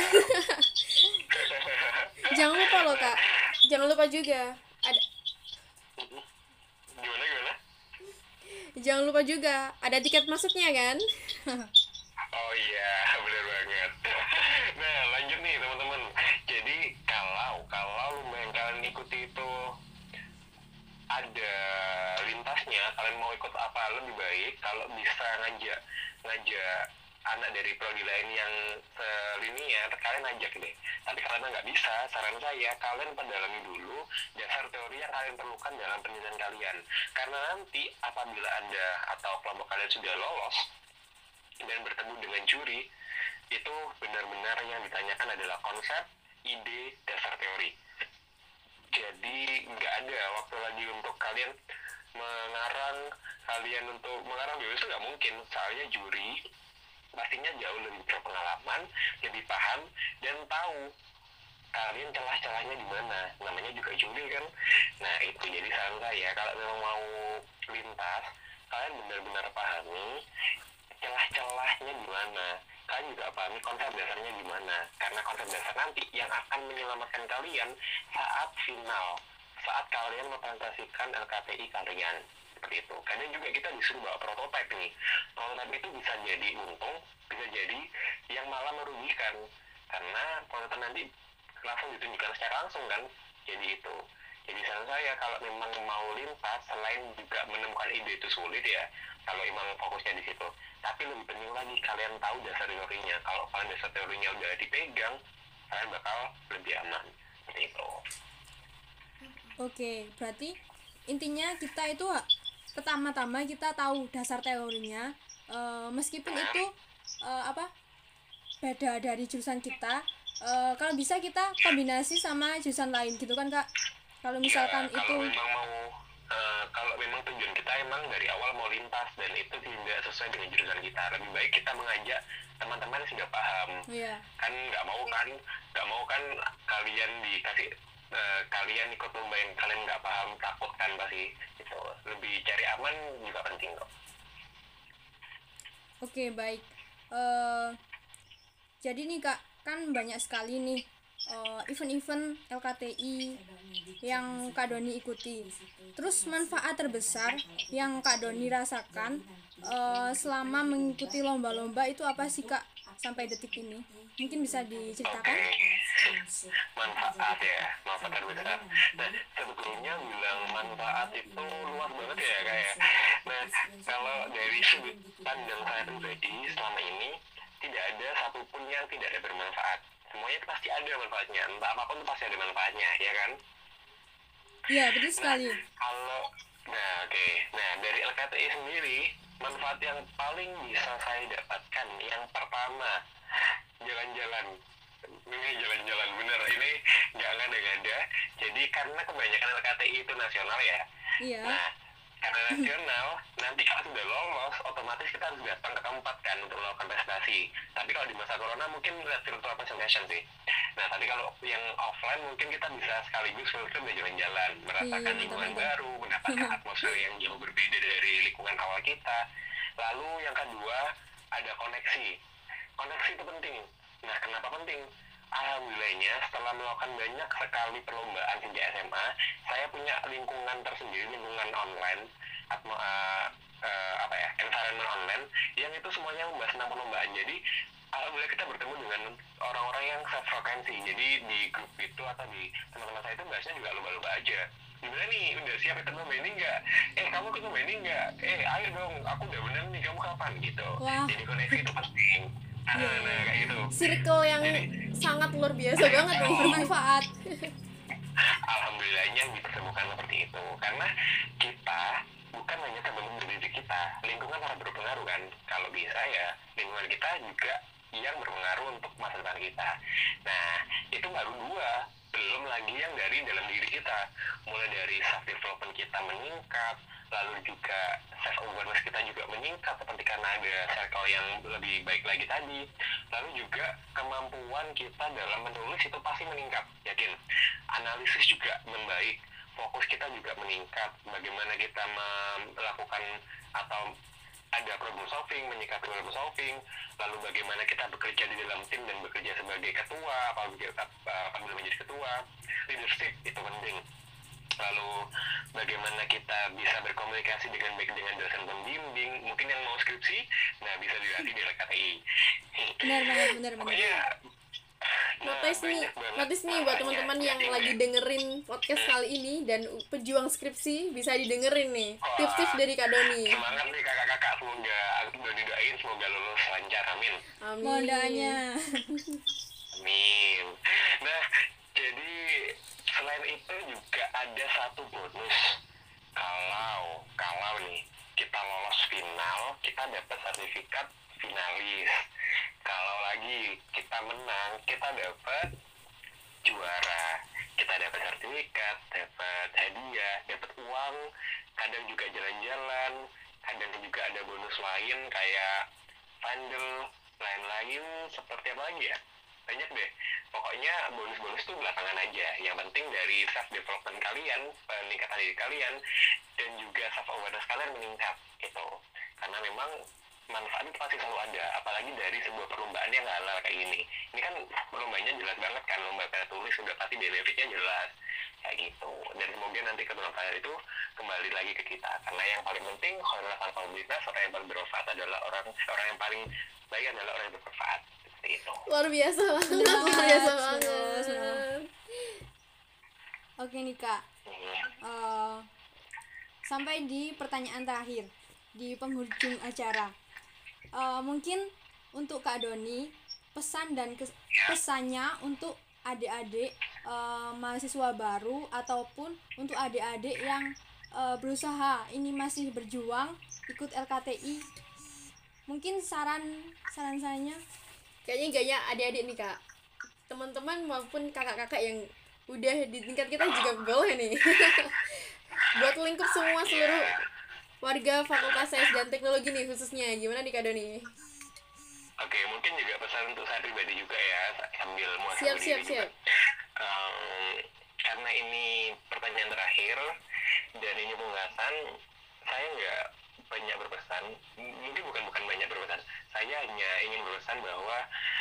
Jangan lupa loh Kak, jangan lupa juga ada. Gimana? Jangan lupa juga ada tiket masuknya kan. Oh iya, benar banget. Nah, lanjut nih teman-teman. Jadi kalau lomba yang kalian ikuti itu ada lintasnya, kalian mau ikut apa, lebih baik kalau bisa ngajak anak dari prodi lain yang selinier, kalian ajak deh. Tapi kalau nggak bisa, saran saya kalian pendalami dulu dasar teori yang kalian perlukan dalam penelitian kalian. Karena nanti apabila Anda atau kelompok kalian sudah lolos dan bertemu dengan juri, itu benar-benar yang ditanyakan adalah konsep, ide, dasar teori. Jadi nggak ada waktu lagi untuk kalian mengarang biologi, itu nggak mungkin. Soalnya juri pastinya jauh lebih berpengalaman, lebih paham, dan tahu kalian celah-celahnya di mana. Namanya juga juri kan. Nah itu jadi saran saya, kalau memang mau lintas, kalian benar-benar pahami celah-celahnya di mana. Kalian juga pahami konsep dasarnya gimana, karena konsep dasar nanti yang akan menyelamatkan kalian saat saat kalian mempresentasikan LKTI kalian. Seperti itu. Kadang juga kita disuruh bawa prototipe nih. Prototipe itu bisa jadi untung, bisa jadi yang malah merugikan. Karena prototipe nanti langsung ditunjukkan secara langsung kan. Jadi itu. Jadi saran saya kalau memang mau lintas, selain juga menemukan ide itu sulit ya, kalau memang fokusnya di situ. Tapi lebih penting lagi kalian tahu dasar teorinya. Kalau kalian dasar teorinya udah dipegang, kalian bakal lebih aman. Seperti itu. Oke, berarti intinya kita itu pertama-tama kita tahu dasar teorinya, meskipun itu beda dari jurusan kita, kalau bisa kita kombinasi sama jurusan lain gitu kan Kak. Kalau misalkan ya, itu kalau memang tujuan kita emang dari awal mau lintas dan itu tidak sesuai dengan jurusan kita, lebih baik kita mengajak teman-teman yang sudah paham. Kan nggak mau kan kalian dikasih kalian ikut lomba yang kalian nggak paham, takut kan pasti. Itu lebih cari aman juga penting kok. Oke, baik. Jadi nih Kak, kan banyak sekali nih event-event LKTI yang Kak Doni ikuti. Terus manfaat terbesar yang Kak Doni rasakan selama mengikuti lomba-lomba itu apa sih Kak sampai detik ini? Mungkin bisa diceritakan? Manfaat terbesar. Nah, sebetulnya bilang manfaat itu luas banget ya kayak. Nah, kalau dari sudut pandang saya pribadi selama ini tidak ada satupun yang tidak ada bermanfaat. Semuanya pasti ada manfaatnya, entah apapun pasti ada manfaatnya, ya kan? Iya, betul sekali. Nah, dari LKTI sendiri, manfaat yang paling bisa saya dapatkan, yang pertama, jalan-jalan. Ini jalan-jalan, bener, ini nggak ngada-ngada. Jadi karena kebanyakan LKTI itu nasional ya. Iya. Nah, karena nasional, nanti kalau sudah lolos, otomatis kita harus datang ke tempat kan untuk melakukan prestasi. Tapi kalau di masa corona mungkin lihat virtual presentation sih. Nah, tapi kalau yang offline mungkin kita bisa sekaligus filter jalan-jalan, merasakan lingkungan baru, mendapatkan atmosfer yang jauh berbeda dari lingkungan awal kita. Lalu yang kedua, ada koneksi. Koneksi itu penting. Nah, kenapa penting? Alhamdulillahnya setelah melakukan banyak sekali perlombaan sejak SMA, saya punya lingkungan tersendiri, lingkungan online atau environment online yang itu semuanya membahas tentang perlombaan. Jadi alhamdulillah kita bertemu dengan orang-orang yang sefrekuensi. Jadi di grup itu atau di teman-teman saya itu bahasnya juga lomba-lomba aja. Gimana nih, udah siap ikut lomba ini enggak? Kamu ikut lomba ini enggak? Ayo dong, aku udah bener nih, kamu kapan? Gitu. Wah. Jadi koneksi itu penting. Nah, kayak gitu. Circle yang sangat luar biasa banget nih, bermanfaat. Alhamdulillahnya dipertemukan seperti itu. Karena kita bukan hanya terbentuk dari diri kita, lingkungan sangat berpengaruh kan. Kalau bisa ya, lingkungan kita juga yang berpengaruh untuk masa depan kita. Nah, itu baru dua. Belum lagi yang dari dalam diri kita. Mulai dari self development kita meningkat, lalu juga self awareness kita juga meningkat seperti karena ada circle yang lebih baik lagi tadi. Lalu juga kemampuan kita dalam menulis itu pasti meningkat, yakin. Analisis juga membaik, fokus kita juga meningkat. Bagaimana kita melakukan atau ada problem solving, menyikapi problem solving, lalu bagaimana kita bekerja di dalam tim dan bekerja sebagai ketua, apabila menjadi ketua, leadership itu penting. Lalu bagaimana kita bisa berkomunikasi dengan baik dengan dosen pembimbing, mungkin yang mau skripsi, nah bisa dilatih di LKTI. Benar. Pokoknya notice nih buat teman-teman yang lagi dengerin podcast kali ini dan pejuang skripsi, bisa didengerin nih tips-tips dari Kak Doni. Semangat nih kakak-kakak, semoga aku udah didoain semoga lulus lancar, amin. Mohon doanya. Amin. Nah, jadi selain itu juga ada satu bonus. Kalau nih kita lolos final, kita dapat sertifikat finalis. Kalau lagi kita menang, kita dapat juara. Kita dapat sertifikat, dapat hadiah, dapat uang, kadang juga jalan-jalan, kadang juga ada bonus lain kayak bundle, lain-lain seperti apa lagi ya? Banyak deh. Pokoknya bonus-bonus tuh belakangan aja. Yang penting dari self development kalian, peningkatan diri kalian, dan juga self awareness kalian meningkat gitu. Karena memang manfaat itu pasti selalu ada, apalagi dari sebuah perlombaan yang halal kayak gini. Ini kan perlombanya jelas banget kan, lomba karya tulis sudah pasti benefitnya jelas kayak gitu. Dan semoga kemudian nanti kebermanfaatan itu kembali lagi ke kita. Karena yang paling penting khairunas alfabilitas, orang yang paling bermanfaat adalah orang yang paling baik adalah orang yang bermanfaat. Seperti itu. Luar biasa banget, Benar, luar biasa benar, banget. benar. Oke nih Kak, sampai di pertanyaan terakhir di penghujung acara. Mungkin untuk Kak Doni, pesan dan pesannya untuk adik-adik mahasiswa baru ataupun untuk adik-adik yang berusaha ini masih berjuang ikut LKTI. Mungkin saran-sarannya Kayaknya adik-adik nih Kak, teman-teman maupun kakak-kakak yang udah di tingkat kita juga boleh nih. Buat lingkup semua seluruh warga Fakultas Sains dan Teknologi nih khususnya, gimana nih Kak Doni? Oke, mungkin juga pesan untuk saya pribadi juga ya, sambil Siap. Karena ini pertanyaan terakhir dan ini pembahasan, saya nggak banyak berpesan, mungkin bukan banyak berpesan, saya hanya ingin berpesan bahwa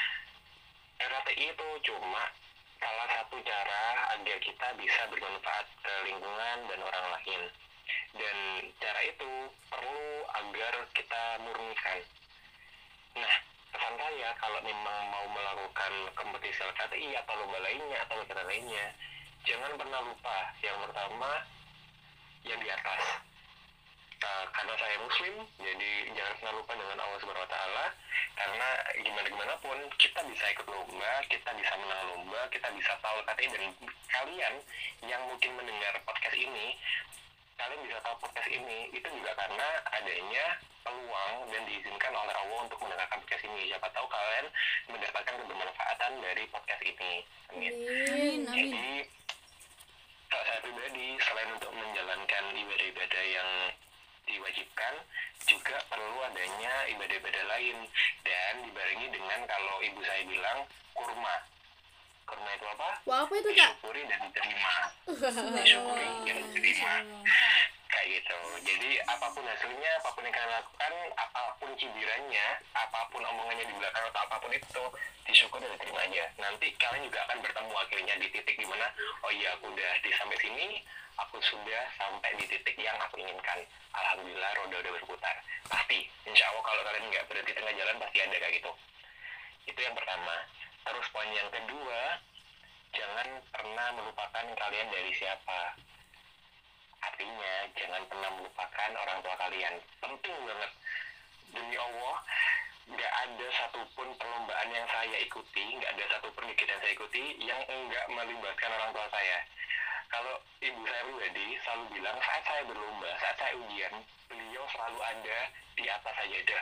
LKTI itu cuma salah satu cara agar kita bisa bermanfaat ke lingkungan dan orang lain, dan cara itu perlu agar kita murnikan. Nah, pesan saya kalau memang mau melakukan kompetisi LKTI atau lomba lainnya atau acara lainnya, jangan pernah lupa yang pertama yang di atas. Karena saya muslim, jadi jangan pernah lupa dengan Allah Subhanahu wa Ta'ala. Karena gimana pun kita bisa ikut lomba, kita bisa menang lomba, kita bisa tahu LKTI. Dan kalian yang mungkin mendengar podcast ini, kalian bisa tahu podcast ini itu juga karena adanya peluang dan diizinkan oleh Allah untuk mendengarkan podcast ini. Siapa tahu kalian mendapatkan kebermanfaatan dari podcast ini. Amin. Jadi kalau saya pribadi, selain untuk menjalankan ibadah-ibadah yang diwajibkan, juga perlu adanya ibadah-ibadah lain, dan dibarengi dengan, kalau ibu saya bilang, kurma. Kurma itu apa? Wah, apa itu Kak? Disyukuri dan diterima. Disyukuri dan diterima. Kayak gitu. Jadi apapun hasilnya, apapun yang kalian lakukan, apapun cibirannya, apapun omongannya di belakang atau apapun itu, disyukur dan diterima aja. Nanti kalian juga akan bertemu akhirnya di titik dimana, oh iya, aku udah sampai sini, aku sudah sampai di titik yang aku inginkan. Alhamdulillah, roda udah berputar. Pasti, insya Allah kalau kalian nggak berhenti tengah jalan, pasti ada kayak gitu. Itu yang pertama. Terus poin yang kedua, jangan pernah melupakan kalian dari siapa. Artinya, jangan pernah melupakan orang tua kalian. Penting banget. Demi Allah, nggak ada satupun perlombaan yang saya ikuti, nggak ada satupun kegiatan yang saya ikuti yang enggak melibatkan orang tua saya. Kalau ibu saya pribadi selalu bilang, saat saya berlomba, saat saya ujian, beliau selalu ada di atas sajadah.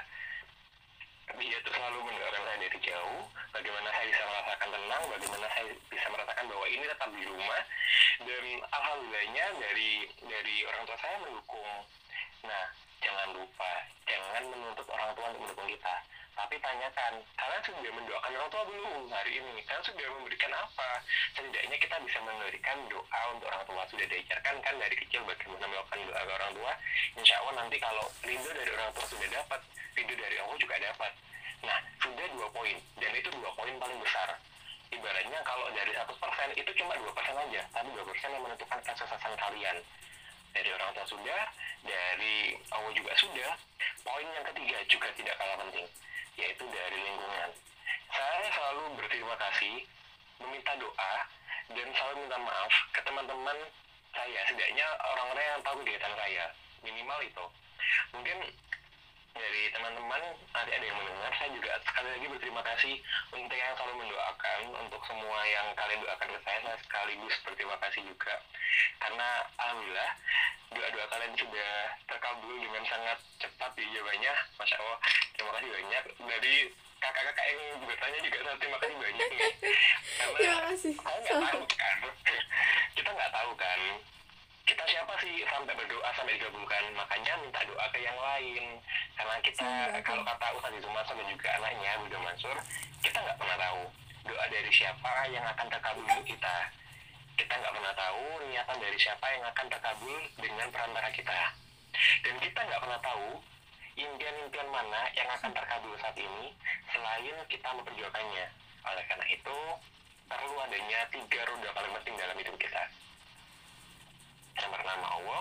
Dia tuh selalu mendorong saya dari jauh, bagaimana saya bisa merasakan tenang, bagaimana saya bisa merasakan bahwa ini tetap di rumah, dan alhamdulillahnya dari orang tua saya mendukung. Nah, jangan lupa, jangan menuntut orang tua untuk mendukung kita, tapi tanyakan, kalian sudah mendoakan orang tua belum hari ini? Kalian sudah memberikan apa? Setidaknya kita bisa memberikan doa untuk orang tua. Sudah diajarkan kan dari kecil bagaimana melakukan doa ke orang tua. Insya Allah nanti kalau rindu dari orang tua sudah dapat, rindu dari Allah juga dapat. Nah, sudah 2 poin, dan itu 2 poin paling besar. Ibaratnya kalau dari 100% itu cuma 2% aja, tapi 2% yang menentukan kesuksesan kalian. Dari orang tua sudah, dari Allah juga sudah. Poin yang ketiga juga tidak kalah penting, yaitu dari lingkungan. Saya selalu berterima kasih, meminta doa, dan selalu minta maaf ke teman-teman saya, setidaknya orang-orang yang tahu kegiatan saya, minimal itu. Mungkin dari teman-teman, ada yang mendengar, saya juga sekali lagi berterima kasih untuk yang selalu mendoakan, untuk semua yang kalian doakan ke saya sekaligus berterima kasih juga. Karena alhamdulillah, doa-doa kalian sudah terkabul dengan sangat cepat jawabannya. Masya Allah, terima kasih banyak. Dari kakak-kakak yang bertanya juga terima kasih banyak nih. Karena Terima kasih. saya nggak tahu kan, kita nggak tahu kan, kita siapa sih sampai berdoa sampai digabungkan. Makanya minta doa ke yang lain, karena kita kalau kata Ustaz Zumaso dan juga anaknya Bunda Mansur, kita nggak pernah tahu doa dari siapa yang akan terkabul untuk kita. Kita nggak pernah tahu niatan dari siapa yang akan terkabul dengan perantara kita, dan kita nggak pernah tahu impian-impian mana yang akan terkabul saat ini selain kita memperjuangkannya. Oleh karena itu, perlu adanya 3 roda paling penting dalam hidup kita. Yang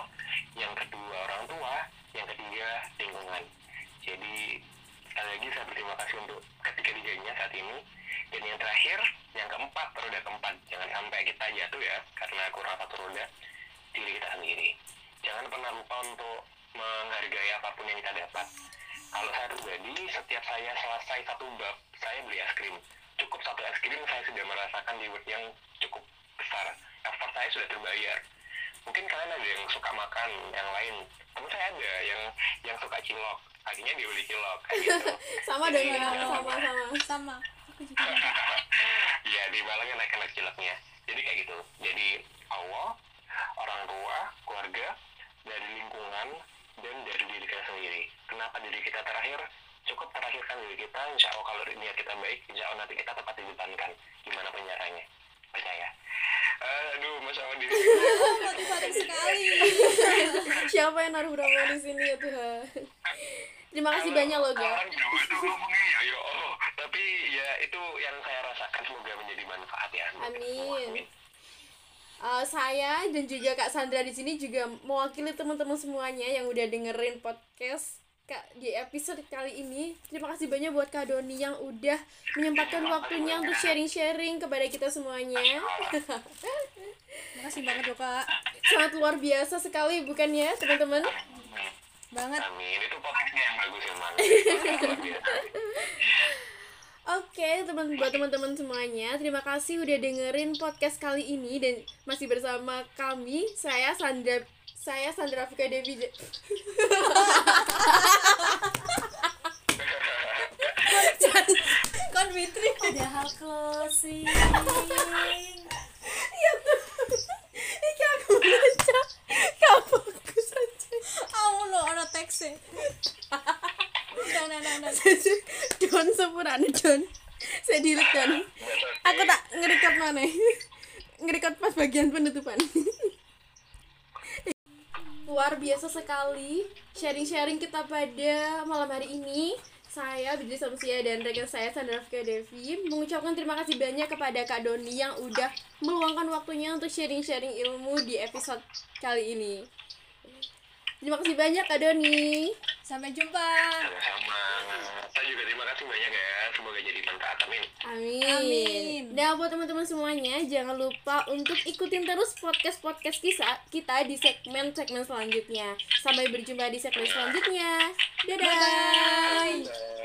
yang kedua orang tua, yang ketiga lingkungan. Jadi sekali lagi saya berterima kasih untuk ketiga-tiganya saat ini. Dan yang terakhir, yang keempat, roda keempat, jangan sampai kita jatuh ya karena kurang satu roda, diri kita sendiri. Jangan pernah lupa untuk menghargai apapun yang kita dapat. Kalau saya pribadi, setiap saya selesai satu bab, saya beli es krim. Cukup satu es krim, saya sudah merasakan reward yang cukup besar. Effort saya sudah terbayar. Mungkin kalian ada yang suka makan yang lain. Temen saya ada yang suka cilok, akhirnya dia beli cilok kayak gitu. Sama Jadi, dengan jangan sama. Sama. Aku juga. ya di Balangnya naik ciloknya. Jadi kayak gitu. Jadi Allah, orang tua, keluarga, dari lingkungan, dan dari diri kita sendiri. Kenapa diri kita terakhir? Cukup terakhirkan diri kita. Insya Allah kalau niat kita baik, insya Allah nanti kita tepat didepankan. Gimana pun caranya, percaya. Aduh, Masya Allah diri. Motivatif sekali. Siapa yang naruh drama di sini ya Tuhan. Terima kasih banyak loh Ga. Orang Jawa itu ngomongnya ya Allah. Tapi ya itu yang saya rasakan, semoga menjadi manfaat ya. Amin. Saya dan juga Kak Sandra di sini juga mewakili teman-teman semuanya yang udah dengerin podcast Kak di episode kali ini. Terima kasih banyak buat Kak Doni yang udah menyempatkan waktunya untuk sharing-sharing kepada kita semuanya. Makasih banget loh Kak. Sangat luar biasa sekali bukan ya teman-teman? Banget. Amin. Itu podcastnya yang bagus emang. Oke, buat teman-teman semuanya, terima kasih udah dengerin podcast kali ini dan masih bersama kami, saya Sandra Fika Devi. Kon Fitri. Padahal closing. Ya tuh, ini aku baca, kamu aku saja. Aku lo ono teksnya. Nah. Don sepurane Don. Saya delete Don. Aku tak nge-record mana? Nge-record pas bagian penutupan. Luar biasa sekali sharing-sharing kita pada malam hari ini. Saya Bidri Samsia dan rekan saya Sandra Fika Devi mengucapkan terima kasih banyak kepada Kak Doni yang udah meluangkan waktunya untuk sharing-sharing ilmu di episode kali ini. Terima kasih banyak Kak Doni. Sampai jumpa. Sama-sama. Saya juga terima kasih banyak ya. Semoga jadi manfaat. Amin. Amin. Dan buat teman-teman semuanya, jangan lupa untuk ikutin terus podcast kita di segmen-segmen selanjutnya. Sampai berjumpa di segmen selanjutnya. Dadah. Bye. Bye.